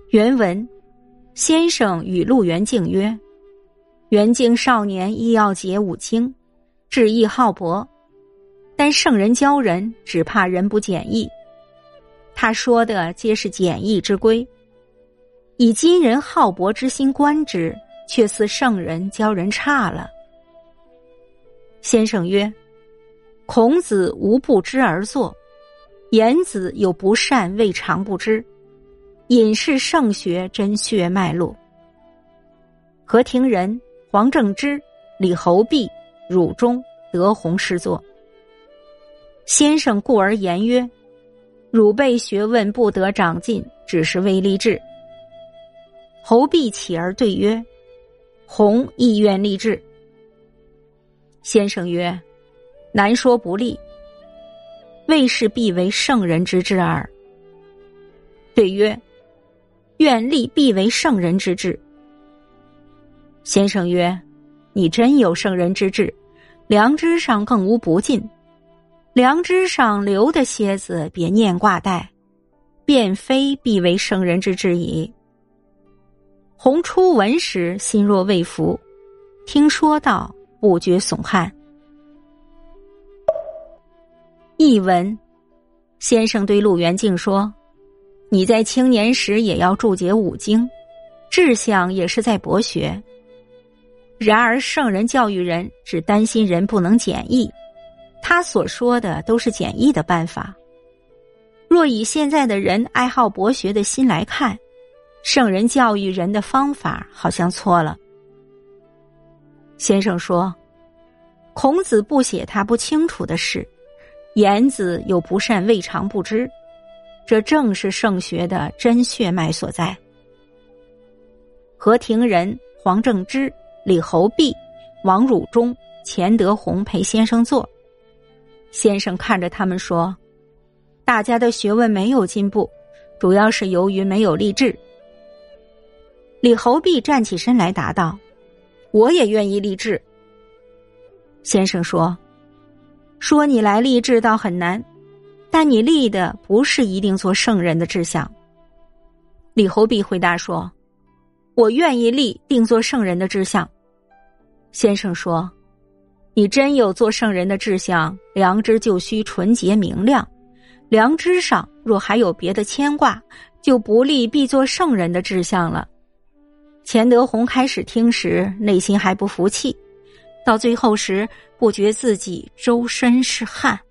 原文：先生与陆元敬曰：元敬少年亦要解五经，志意好博，但圣人教人，只怕人不简易。他说的皆是简易之规，以今人好博之心观之，却似圣人教人差了。先生曰：孔子无不知而作，颜子有不善未尝不知，隐是圣学真血脉络。何廷仁、黄正之、李侯弼、汝中、德宏诗作。先生故而言曰：汝辈学问不得长进，只是未立志。侯弼起而对曰：弘亦愿立志。先生曰：难说不立，未是必为圣人之志耳。对曰：愿立必为圣人之志。先生曰：你真有圣人之志，良知上更无不尽，良知上留的蝎子别念挂带，便非必为圣人之志矣。弘初闻时心若未服，听说道不觉悚撼。译文：先生对陆元敬说，你在青年时也要注解五经，志向也是在博学。然而圣人教育人，只担心人不能简易，他所说的都是简易的办法。若以现在的人爱好博学的心来看，圣人教育人的方法好像错了。先生说，孔子不写他不清楚的事，颜子有不善未尝不知，这正是圣学的真血脉所在。何廷仁、黄正之、李侯弼、王汝中、钱德洪陪先生坐。先生看着他们说，大家的学问没有进步，主要是由于没有立志。李侯弼站起身来答道，我也愿意立志。先生说，说你来立志倒很难，但你立的不是一定做圣人的志向。李侯弼回答说，我愿意立定做圣人的志向。先生说，你真有做圣人的志向，良知就须纯洁明亮，良知上若还有别的牵挂，就不立必做圣人的志向了。钱德洪开始听时内心还不服气，到最后时不觉自己周身是汗。